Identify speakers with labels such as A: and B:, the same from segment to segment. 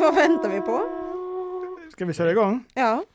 A: Vad väntar vi på?
B: Ska vi köra igång?
A: Ja.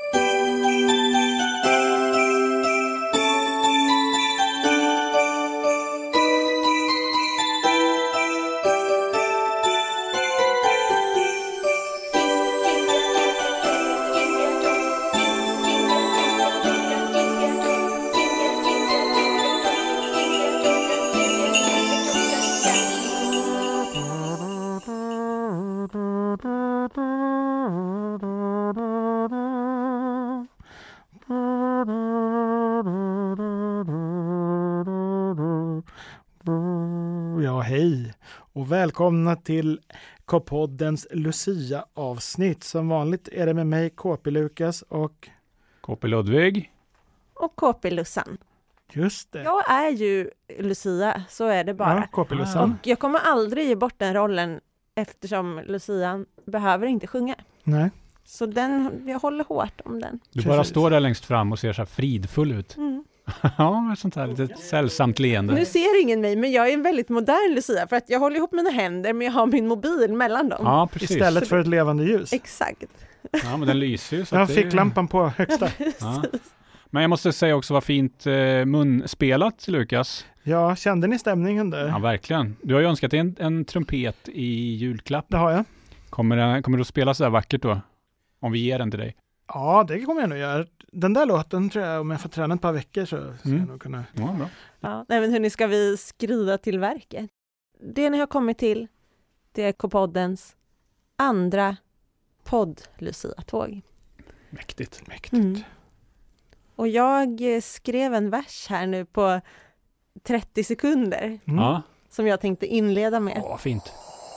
B: Ja, hej och välkomna till K-poddens Lucia-avsnitt. Som vanligt är det med mig, KP Lukas och
C: KP Ludvig.
A: Och KP Lussan.
B: Just det.
A: Jag är ju Lucia, så är det bara.
B: Ja, KP Lussan.
A: Och jag kommer aldrig ge bort den rollen eftersom Lucian behöver inte sjunga.
B: Nej.
A: Så jag håller hårt om den.
C: Du bara står där längst fram och ser så här fridfull ut.
A: Mm.
C: Ja, med sånt här lite sällsamt leende.
A: Nu ser ingen mig, men jag är en väldigt modern Lucia för att jag håller ihop mina händer men jag har min mobil mellan dem.
C: Ja, precis.
B: Istället för ett levande ljus.
A: Exakt.
C: Ja, men den lyser ju. Så
B: Jag
C: att
B: fick lampan på högsta.
C: Ja. Men jag måste säga också vad fint munspelat, Lukas.
B: Ja, kände ni stämningen där?
C: Ja, verkligen. Du har ju önskat en trumpet i julklapp.
B: Det har jag.
C: Kommer du att spela så här vackert då? Om vi ger den till dig.
B: Ja, det kommer jag nog göra. Den där låten tror jag, om jag får träna ett par veckor så ska jag nog kunna...
C: Ja, bra.
A: Ja, nej, men hörni, ska vi skrida till verket? Det ni har kommit till, det är K-poddens andra podd-Lucia-tåg.
C: Mäktigt.
A: Mm. Och jag skrev en vers här nu på 30 sekunder
B: Mm.
C: Ja,
A: som jag tänkte inleda med.
C: vad fint.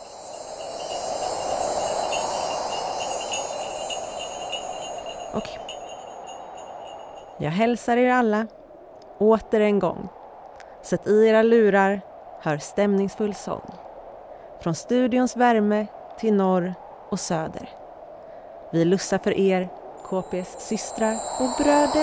A: Okej. Jag hälsar er alla åter en gång. Sätt i era lurar, hör stämningsfull sång. Från studions värme till norr och söder. Vi lussar för er, KPs systrar och bröder.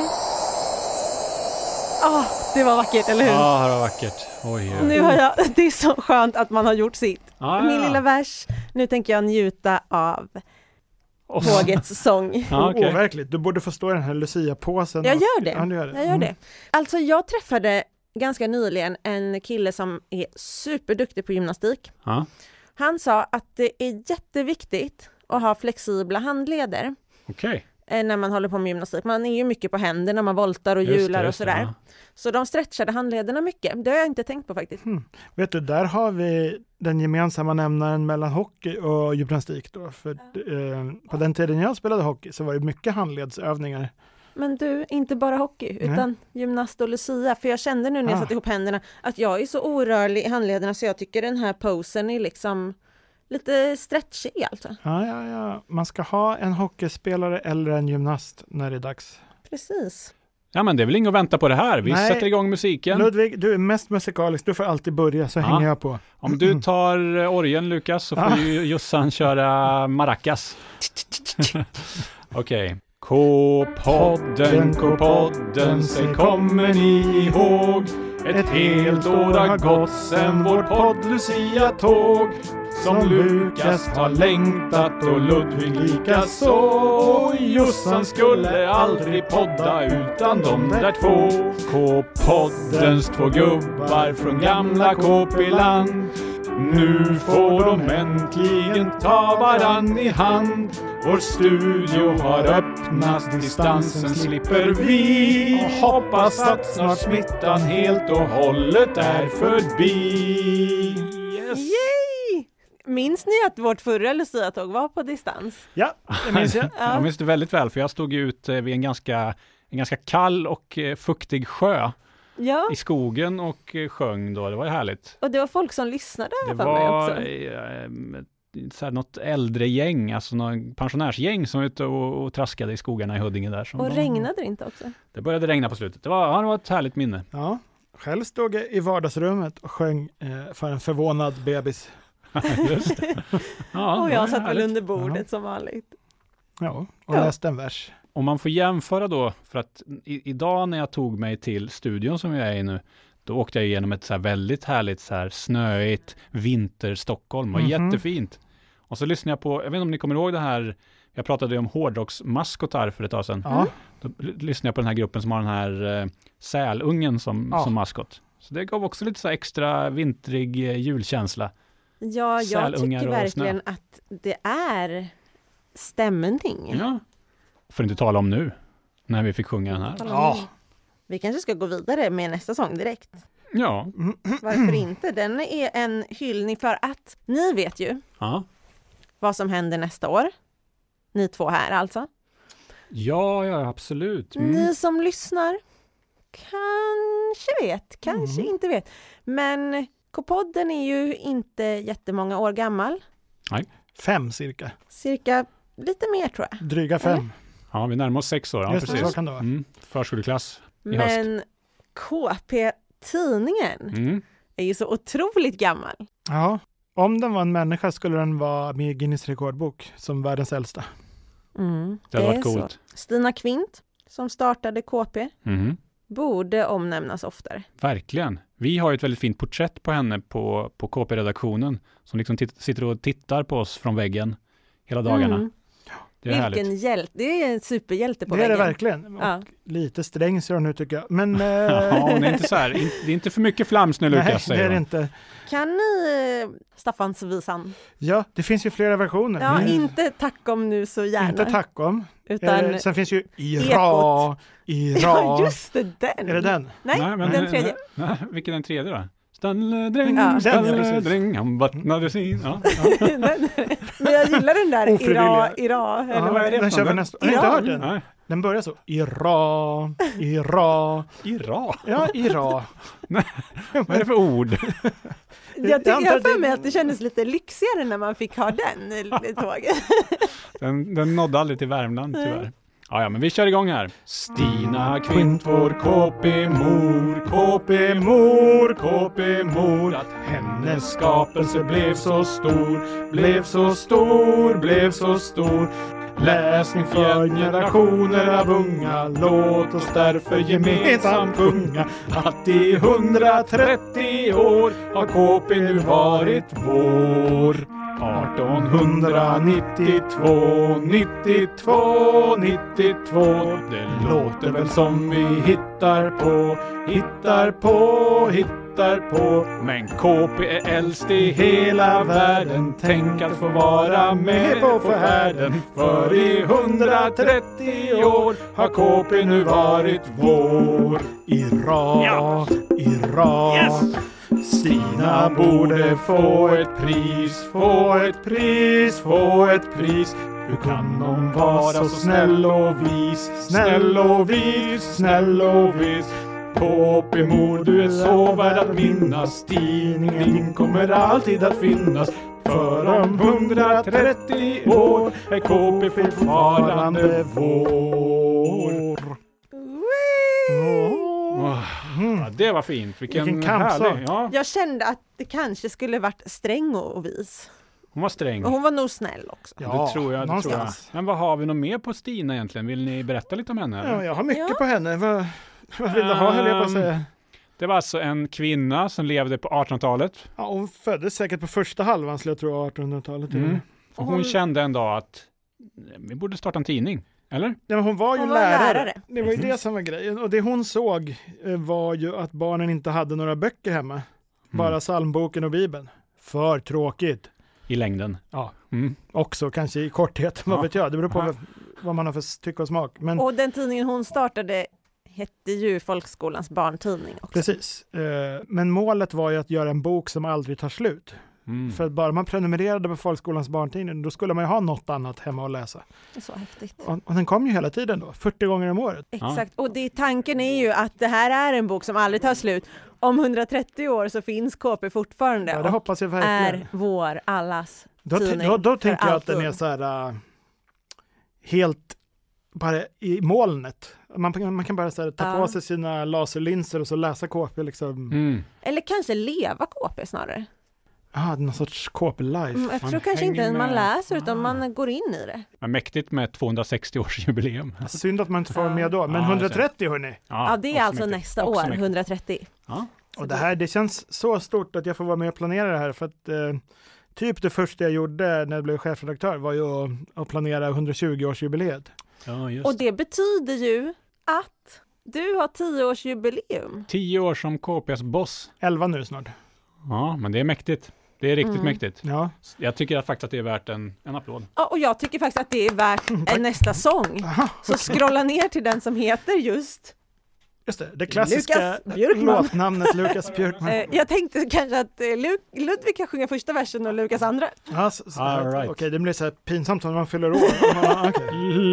A: Det var vackert, eller hur?
C: Ja, det var vackert. Oj, oj.
A: Nu har det är så skönt att man har gjort sitt.
C: Ja,
A: Min lilla vers. Nu tänker jag njuta av tågets sång.
C: Ja, okej.
B: Overkligt. Du borde få stå i den här Lucia-påsen.
A: Jag gör det.
B: Ja, du gör det.
A: Jag gör det. Alltså jag träffade ganska nyligen en kille som är superduktig på gymnastik.
C: Ja.
A: Han sa att det är jätteviktigt att ha flexibla handleder
C: Okej.
A: när man håller på med gymnastik. Man är ju mycket på händer när man voltar och
C: Just
A: hjular
C: det,
A: och sådär.
C: ja.
A: Så de stretchade handlederna mycket. Det har jag inte tänkt på faktiskt.
B: Vet du, där har vi den gemensamma nämnaren mellan hockey och gymnastik då. För på den tiden jag spelade hockey så var det mycket handledsövningar.
A: Men du, inte bara hockey utan gymnast och Lucia. För jag kände nu när jag satte ihop händerna att jag är så orörlig i handlederna så jag tycker den här posen är liksom lite stretchig alltså.
B: Ja. Man ska ha en hockeyspelare eller en gymnast när det är dags.
A: Precis.
C: Ja, men det är väl inget att vänta på det här. Vi
B: Nej.
C: sätter igång musiken.
B: Ludvig, du är mest musikalisk. Du får alltid börja så hänger jag på.
C: Om du tar orgeln, Lukas, så får ju Jossan köra maracas. Okej. K-podden, säg kommer ni ihåg? Ett helt år har gått sen vår podd Lucia-tåg. Som Lukas har längtat och Ludvig lika så. Jossan skulle aldrig podda utan de där två. K-poddens två gubbar från gamla KP-land. Nu får de äntligen ta varann i hand. Vår studio har öppnats, distansen slipper vi. Och hoppas att snart smittan helt och hållet är förbi. Yes.
A: Yay! Minns ni att vårt förra Lucia-tåg var på distans?
B: Ja, det minns jag.
C: Jag minns det väldigt väl, för jag stod ut vid en ganska kall och fuktig sjö.
A: Ja,
C: I skogen och sjöng då. Det var ju härligt.
A: och det var folk som lyssnade
C: Det
A: för mig också.
C: var så här något äldre gäng, alltså någon pensionärsgäng som var ute och traskade i skogarna i Huddinge där.
A: Och regnade det inte också?
C: Det började regna på slutet. Det var ett härligt minne.
B: Ja, själv stod jag i vardagsrummet och sjöng för en förvånad bebis.
C: Just det. Ja,
A: Och
C: det
A: jag
C: var
A: satt väl
C: härligt.
A: under bordet som vanligt.
B: Ja, och
A: Ja.
B: läste en vers.
C: Om man får jämföra då, för att idag när jag tog mig till studion som jag är i nu, då åkte jag igenom ett så här väldigt härligt så här snöigt vinter-Stockholm. Det var jättefint. Och så lyssnade jag på, jag vet inte om ni kommer ihåg det här, jag pratade ju om hårdrocksmaskotar för ett tag sedan.
B: Ja.
C: Då lyssnade jag på den här gruppen som har den här sälungen som maskot. Så det gav också lite så extra vintrig julkänsla.
A: Ja, jag
C: Sälungar
A: tycker
C: och
A: verkligen att det är stämning.
C: Ja. Får inte tala om nu, när vi fick sjunga den här.
B: Ja.
A: Vi kanske ska gå vidare med nästa sång direkt.
C: Ja.
A: Varför inte? Den är en hyllning för att ni vet ju
C: Ja.
A: vad som händer nästa år. Ni två här alltså.
C: Ja, absolut.
A: Ni som lyssnar kanske vet, kanske inte vet. Men K-podden är ju inte jättemånga år gammal.
C: Nej.
B: 5 cirka.
A: Cirka lite mer tror jag.
B: Dryga 5.
C: Ja, vi närmar oss 6 år. Ja,
B: Just det,
C: precis.
B: så kan det vara.
C: Förskoleklass i höst.
A: Men KP-tidningen är ju så otroligt gammal.
B: Ja. Om den var en människa skulle den vara med i Guinness rekordbok som världens äldsta.
C: Det hade varit
A: så.
C: coolt.
A: Stina Kvint som startade KP borde omnämnas oftare.
C: Verkligen. Vi har ju ett väldigt fint porträtt på henne på KP-redaktionen som liksom sitter och tittar på oss från väggen hela dagarna. Det är
A: Vilken
C: härligt.
A: hjälte. Det är en superhjälte på
B: Det är
A: väggen.
B: det verkligen. Och lite sträng ser hon nu tycker jag. Men
C: Ja, hon är inte så här. Det är inte för mycket flams nu, Lukas,
B: nej, det
C: säger
B: är det
C: hon.
B: inte.
A: Kan ni Staffansvisan?
B: Ja, det finns ju flera versioner.
A: Ja, inte tack om nu så gärna.
B: Inte tack om.
A: Utan
B: Sen finns ju
A: Ja, just det, den.
B: Är det den?
A: Nej,
C: men
A: den tredje.
C: Nej, vilken är den tredje då? Stalledräng,
A: Ja.
C: stalledräng, han vattnade sin... Ja.
A: Men jag gillar den där
B: Ofrivilliga.
A: Ira, eller
B: Ja,
A: vad är det?
B: den kör vi nästa. Har ni inte hört den?
C: Nej.
B: Den börjar så. Ira.
C: Ira?
B: Ja, Ira.
C: Vad är det för ord?
A: Jag tycker
B: antar
A: jag för
B: det-
A: mig att det kändes lite lyxigare när man fick ha den i tåget.
C: Den nådde aldrig till Värmland tyvärr. Ja, men vi kör igång här. Stina Kvint, vår KP-mor, KP-mor, KP-mor. Att hennes skapelse blev så stor, blev så stor, blev så stor. Läsning för generationer av unga, låt oss därför gemensamt sjunga att i 130 år har KP nu varit vår. 1892, 92, 92. Det låter väl som vi hittar på, hittar på, hittar på. Men KP är äldst i hela världen. Tänk att få vara med på färden. För i 130 år har KP nu varit vår.
B: Ira.
C: Ja.
B: Ira.
C: Yes. Stina borde få ett pris, få ett pris, få ett pris. Hur kan hon vara så snäll och vis, snäll och vis, snäll och vis. KP-mor, du är så värd att minnas. Tidningen din kommer alltid att finnas. För om 130 år är KP fortfarande vår. Ja, det var fint. Vilken
B: kampsång.
C: härlig. Ja,
A: Jag kände att det kanske skulle varit sträng och vis.
C: hon var sträng.
A: Och hon var nog snäll också.
C: Det tror jag, det tror jag.
B: någonstans.
C: Men vad har vi något mer på Stina egentligen? Vill ni berätta lite om henne?
B: Ja, jag har mycket
A: Ja.
B: på henne. Vad vill du ha, höll jag på att säga.
C: Det var alltså en kvinna som levde på 1800-talet.
B: Ja, hon föddes säkert på första halvan, skulle jag tro, 1800-talet.
C: Och hon kände en dag att vi borde starta en tidning. Eller?
B: Ja, men hon var ju
A: Hon var
B: lärare.
A: lärare.
B: Det var ju det som var grejen. Och det hon såg var ju att barnen inte hade några böcker hemma. Bara psalmboken och Bibeln. För tråkigt.
C: I längden.
B: Ja,
C: Mm.
B: också kanske i korthet. Vad vet jag? Det beror på
C: Ja.
B: vad man har för tycke och smak. Men
A: Och den tidningen hon startade hette ju Folkskolans barntidning också.
B: precis. Men målet var ju att göra en bok som aldrig tar slut.
C: Mm.
B: För bara man prenumererade på Folkskolans barntidning, då skulle man ju ha något annat hemma att läsa.
A: Det är så häftigt.
B: Och den kom ju hela tiden då, 40 gånger om året.
A: Exakt, och tanken är ju att det här är en bok som aldrig tar slut. Om 130 år så finns KP fortfarande
B: Ja, det
A: och
B: hoppas jag verkligen.
A: är vår allas
B: Då
A: tidning.
B: tänker
A: för
B: jag att den
A: alltid.
B: är så här helt bara i molnet. Man kan bara så här, ta på sig sina laserlinser och så läsa KP liksom.
C: Mm.
A: Eller kanske leva KP snarare.
B: Någon sorts KP-life.
A: Jag
C: Man
A: tror kanske inte
C: hänger
A: man
C: med.
A: läser utan man går in i det.
C: Men mäktigt med 260-årsjubileum.
B: Synd att man inte får vara med då, men
C: Ja,
B: 130 hörni.
A: Ja, det är
C: också
A: alltså
C: mäktigt.
A: nästa
C: Också
A: år,
C: mäktigt.
A: 130.
C: Ja.
B: Och det känns så stort att jag får vara med och planera det här för att typ det första jag gjorde när jag blev chefredaktör var ju att planera 120-årsjubileet.
C: Ja, just.
A: Och det betyder ju att du har 10-årsjubileum.
C: 10 år som KPs boss.
B: 11 nu snart.
C: Ja, men det är mäktigt. Det är riktigt mäktigt.
B: Ja.
C: Jag tycker faktiskt att det är värt en applåd.
A: Ja, och jag tycker faktiskt att det är värt nästa sång. Så scrolla ner till den som heter just
B: Det klassiska låtnamnet Lukas Björkman.
A: jag tänkte kanske att Ludvig kan sjunga första versen och Lukas andra.
B: Ja,
C: All right.
B: Okej, det blir så här pinsamt när man fyller år. Okay.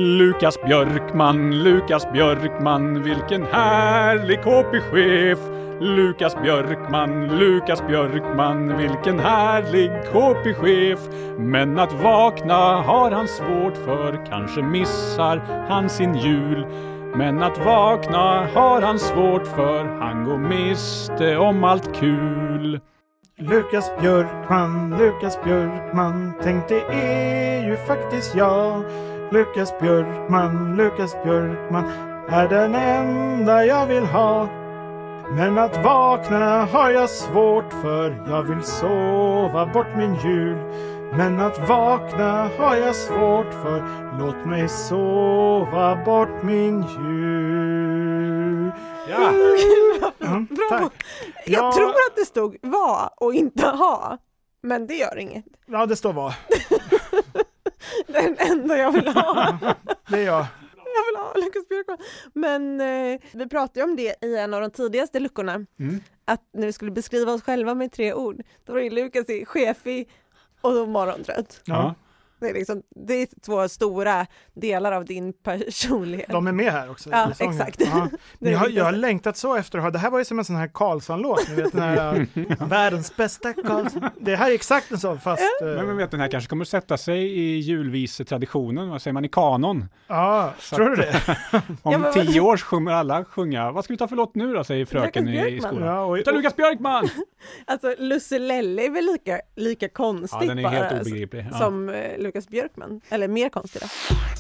C: Lukas Björkman, vilken härlig KP-chef. Lukas Björkman, vilken härlig KP-chef. Men att vakna har han svårt för, kanske missar han sin jul. Men att vakna har han svårt för, han går miste om allt kul.
B: Lukas Björkman, tänk det är ju faktiskt jag. Lukas Björkman är den enda jag vill ha. Men att vakna har jag svårt för, jag vill sova bort min jul. Men att vakna har jag svårt för, låt mig sova bort min jul.
C: Ja.
A: Bra.
B: Tack.
A: Jag tror att det stod var och inte ha. Men det gör inget.
B: Ja, det står var.
A: Den enda jag vill ha.
B: Det är jag.
A: Jag vill ha Lukas Björkman. Men vi pratade ju om det i en av de tidigaste luckorna. Att när vi skulle beskriva oss själva med 3 ord. Då var det Lukas i chefig och morgontrött.
C: Ja.
A: Det är 2 stora delar av din personlighet.
B: De är med här också.
A: Ja, exakt.
B: Ja. Jag har längtat så efter att ha. Det här var ju som en sån här Karlsson-låt. Ni vet den här världens bästa Karlsson. Det här är exakt en sån fast...
C: Men vet, den här kanske kommer sätta sig i julvisetraditionen. Vad säger man? I kanon.
B: Ja,
C: så
B: tror du det?
C: Om 10 år kommer alla sjunga. Vad ska vi ta för låt nu då, säger fröken i skolan.
B: Ja,
C: Ta Lukas Björkman!
A: Alltså Lusselelle är väl lika konstigt
C: ja, den är
A: bara,
C: helt obegriplig. Ja.
A: som Lukas Björkman. Eller mer konstigt då.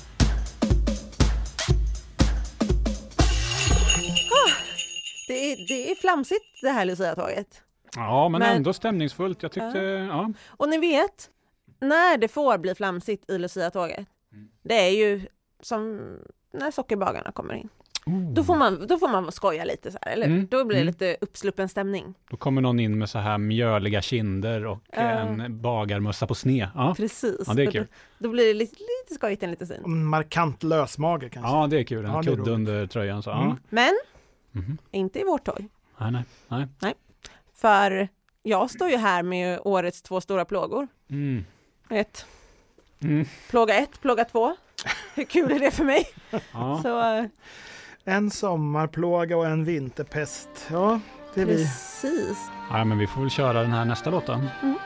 A: Det är flamsigt det här Lucia-tåget.
C: Ja, men ändå stämningsfullt. Jag tyckte, ja.
A: Och ni vet, när det får bli flamsigt i Lucia-tåget, det är ju som när sockerbagarna kommer in. Då får man skoja lite så här, eller då blir det lite uppsluppen stämning.
C: Då kommer någon in med så här mjöliga kinder och en bagarmössa på sne. Ja.
A: Precis.
C: Ja, det är kul.
A: Då blir det lite skojigt en liten stund.
B: Markant lösmage kanske.
C: Ja, det är kul. En
B: Ja,
C: kudde under tröjan. Så. Ja.
A: Men inte i vårt tåg.
C: Nej.
A: För jag står ju här med årets 2 stora plågor. Plåga 1, plåga 2. Hur kul är det för mig?
C: Ja.
A: Så,
B: en sommarplåga och en vinterpest. Ja, det är vi.
A: precis.
C: Ja, men vi får väl köra den här nästa låt då.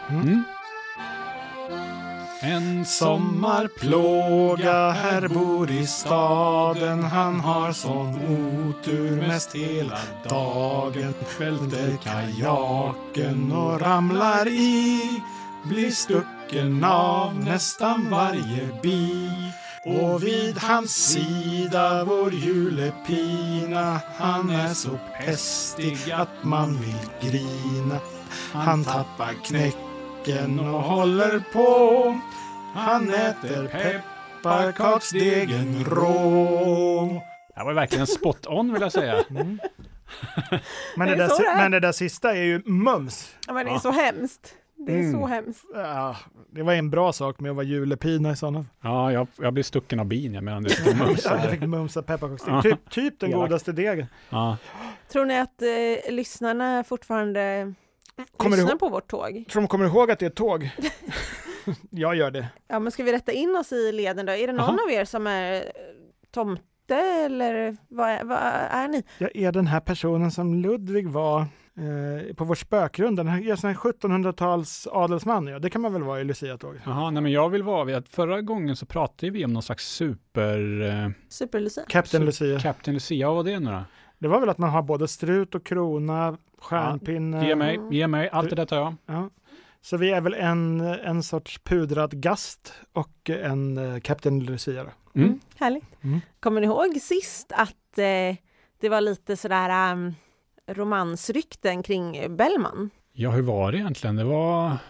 C: En
B: sommarplåga här bor i staden. Han har sån otur mest hela dagen. Välter kajaken och ramlar i. Blir stucken av nästan varje bi. Och vid hans sida vår julepina. Han är så pestig att man vill grina. Han tappar knäcken och håller på. Han äter pepparkaksdegen rå.
C: Det var verkligen spot on, vill jag säga.
B: Men det där sista är ju mums.
A: Ja, men det är så hemskt. Det är så hemskt.
B: Ja, det var en bra sak med att vara julepina i sådana.
C: Ja, jag blev stucken av bin medan det stod mums.
B: Jag fick mumsa pepparkaksdegen. Typ den godaste degen.
C: Ja.
A: Tror ni att lyssnarna fortfarande lyssnar på vårt tåg?
B: Tror de kommer ihåg att det är ett tåg? Jag gör det.
A: Ja, men ska vi rätta in oss i leden då? Är det någon av er som är tomte eller vad är ni?
B: Jag är den här personen som Ludvig var på vår spökrunda. Den här 1700-tals adelsman. Ja. Det kan man väl vara i Lucia-tåget.
C: Jaha, nej men jag vill vara förra gången så pratade vi om någon slags
A: Super Lucia.
B: Captain Lucia.
C: Captain Lucia, vad var det nu då?
B: Det var väl att man har både strut och krona, stjärnpinne.
C: Ge mig, allt det där tar jag.
B: Ja. Så vi är väl en sorts pudrad gast och en Captain Lucia då.
A: Härligt. Kommer ni ihåg sist att det var lite sådär romansrykten kring Bellman?
C: Ja, hur var det egentligen?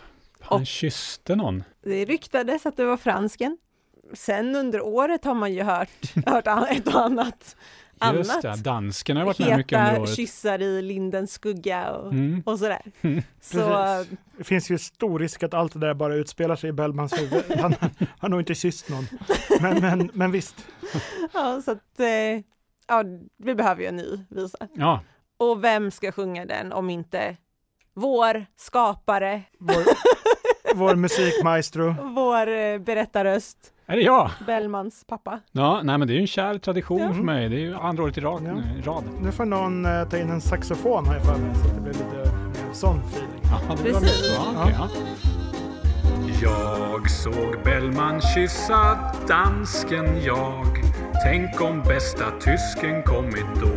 C: Han kysste någon.
A: Det ryktades att det var fransken. Sen under året har man ju hört ett och annat.
C: Just det, dansken har varit med mycket under året.
A: Kyssar i lindens skugga och sådär. Så,
B: det finns ju stor risk att allt det där bara utspelar sig i Bellmans huvud. Han har nog inte kysst någon. Men visst.
A: Ja, så att vi behöver ju en ny visa.
C: Ja.
A: Och vem ska sjunga den om inte vår skapare,
B: vår musikmaestro,
A: vår berättarröst.
C: Är det jag?
A: Bellmans pappa.
C: Ja, nej men det är ju en kär tradition för mig. Det är ju andra året i rad.
B: Nu får någon ta in en saxofon här för mig så att det blir lite sån feeling.
C: Ja,
A: precis.
C: Ja. Jag såg Bellman kyssa dansken jag. Tänk om bästa tysken kommit då.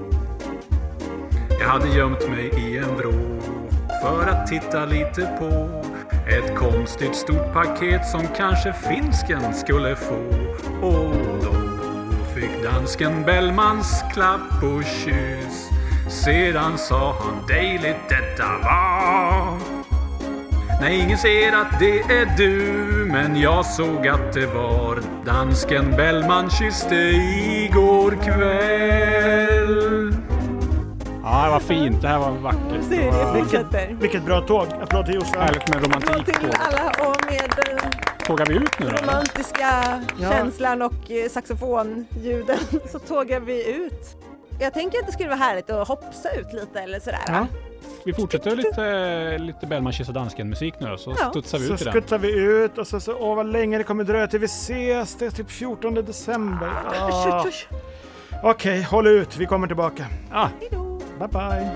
C: Jag hade gömt mig i en vrå för att titta lite på ett konstigt stort paket som kanske finsken skulle få. Och då fick dansken Bellmans klapp och kyss. Sedan sa han dejligt detta var. Nej, ingen ser att det är du, men jag såg att det var dansken Bellman kysste igår kväll. Ja, det var fint. Det här var vackert.
B: Vilket bra tåg. Applåd till Jossan.
C: Härligt med romantik.
A: Applåd till alla och med
C: tågar vi ut nu då?
A: Romantiska känslan och saxofonljuden så tågar vi ut. Jag tänker att det skulle vara härligt att hoppsa ut lite eller sådär.
C: Ja. Vi fortsätter lite Bellman kyssa dansken musik nu då, så studsar vi ut i den.
B: Så skutsar vi ut och så vad länge det kommer dröja till vi ses. Det är typ 14 december. Okej, håll ut. Vi kommer tillbaka.
A: Hejdå.
B: Bye bye.